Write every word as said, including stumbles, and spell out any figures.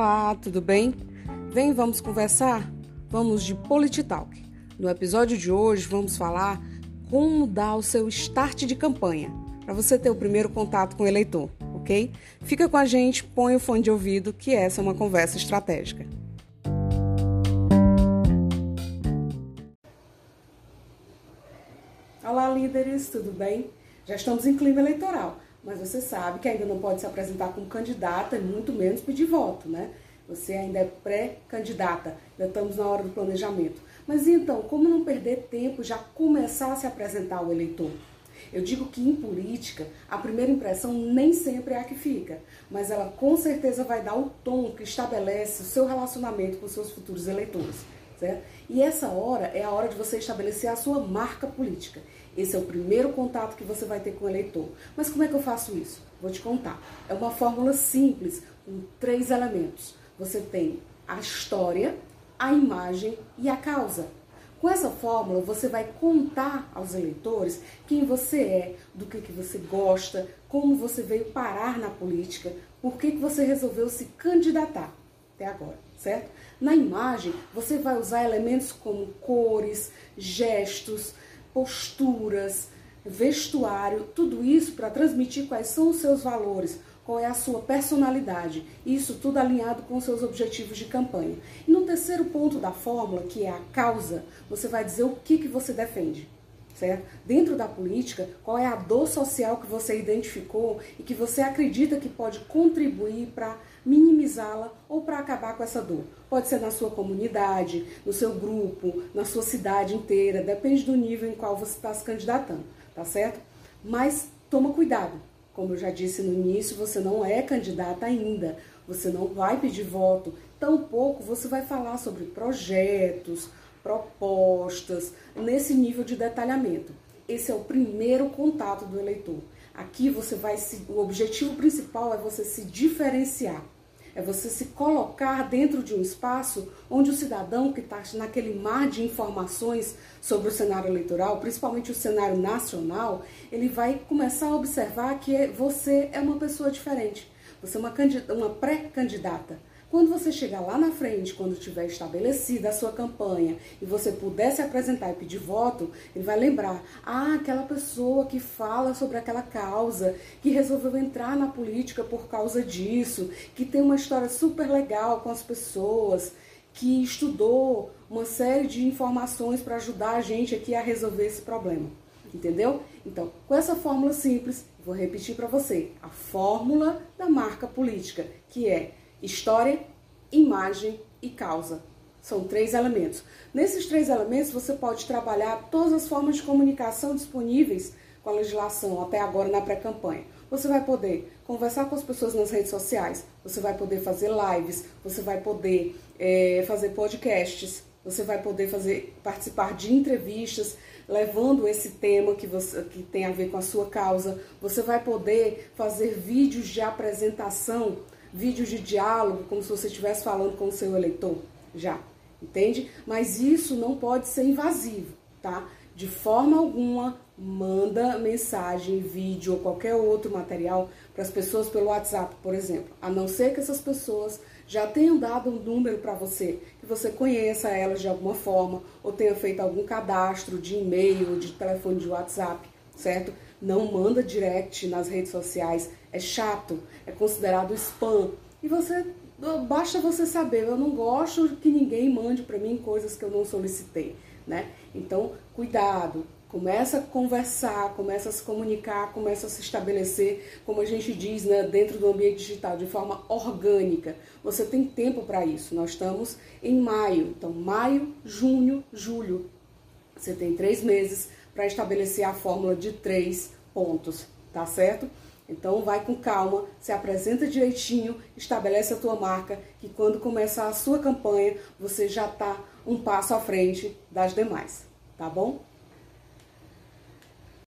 Olá, tudo bem? Vem, vamos conversar? Vamos de Polititalk. No episódio de hoje vamos falar como dar o seu start de campanha, para você ter o primeiro contato com o eleitor, ok? Fica com a gente, põe o fone de ouvido, que essa é uma conversa estratégica. Olá, líderes, tudo bem? Já estamos em clima eleitoral, mas você sabe que ainda não pode se apresentar como candidata e muito menos pedir voto, né? Você ainda é pré-candidata, ainda estamos na hora do planejamento. Mas então, como não perder tempo e já começar a se apresentar ao eleitor? Eu digo que em política, a primeira impressão nem sempre é a que fica, mas ela com certeza vai dar o tom que estabelece o seu relacionamento com os seus futuros eleitores, certo? E essa hora é a hora de você estabelecer a sua marca política. Esse é o primeiro contato que você vai ter com o eleitor. Mas como é que eu faço isso? Vou te contar. É uma fórmula simples, com três elementos. Você tem a história, a imagem e a causa. Com essa fórmula, você vai contar aos eleitores quem você é, do que, que você gosta, como você veio parar na política, por que, que você resolveu se candidatar até agora, certo? Na imagem, você vai usar elementos como cores, gestos, posturas, vestuário, tudo isso para transmitir quais são os seus valores, qual é a sua personalidade, isso tudo alinhado com os seus objetivos de campanha. E no terceiro ponto da fórmula, que é a causa, você vai dizer o que, que você defende, certo? Dentro da política, qual é a dor social que você identificou e que você acredita que pode contribuir para minimizá-la ou para acabar com essa dor. Pode ser na sua comunidade, no seu grupo, na sua cidade inteira, depende do nível em qual você está se candidatando, tá certo? Mas toma cuidado. Como eu já disse no início, você não é candidata ainda, você não vai pedir voto, tampouco você vai falar sobre projetos, propostas, nesse nível de detalhamento. Esse é o primeiro contato do eleitor. Aqui você vai se, o objetivo principal é você se diferenciar, é você se colocar dentro de um espaço onde o cidadão que está naquele mar de informações sobre o cenário eleitoral, principalmente o cenário nacional, ele vai começar a observar que você é uma pessoa diferente, você é uma, uma pré-candidata. Quando você chegar lá na frente, quando tiver estabelecida a sua campanha e você puder se apresentar e pedir voto, ele vai lembrar, ah, aquela pessoa que fala sobre aquela causa, que resolveu entrar na política por causa disso, que tem uma história super legal com as pessoas, que estudou uma série de informações para ajudar a gente aqui a resolver esse problema. Entendeu? Então, com essa fórmula simples, vou repetir para você, a fórmula da marca política, que é história, imagem e causa. São três elementos. Nesses três elementos, você pode trabalhar todas as formas de comunicação disponíveis com a legislação até agora na pré-campanha. Você vai poder conversar com as pessoas nas redes sociais, você vai poder fazer lives, você vai poder é, fazer podcasts, você vai poder fazer, participar de entrevistas, levando esse tema que, você, que tem a ver com a sua causa. Você vai poder fazer vídeos de apresentação, vídeos de diálogo, como se você estivesse falando com o seu eleitor, já, entende? Mas isso não pode ser invasivo, tá? De forma alguma, manda mensagem, vídeo ou qualquer outro material para as pessoas pelo WhatsApp, por exemplo, a não ser que essas pessoas já tenham dado um número para você, que você conheça elas de alguma forma, ou tenha feito algum cadastro de e-mail, de telefone de WhatsApp, certo? Não manda direct nas redes sociais, é chato, é considerado spam. E você, basta você saber, eu não gosto que ninguém mande para mim coisas que eu não solicitei, né? Então, cuidado, começa a conversar, começa a se comunicar, começa a se estabelecer, como a gente diz, né, dentro do ambiente digital, de forma orgânica. Você tem tempo para isso, nós estamos em maio, então maio, junho, julho. Você tem três meses para estabelecer a fórmula de três pontos, tá certo? Então vai com calma, se apresenta direitinho, estabelece a tua marca, que quando começar a sua campanha, você já está um passo à frente das demais, tá bom?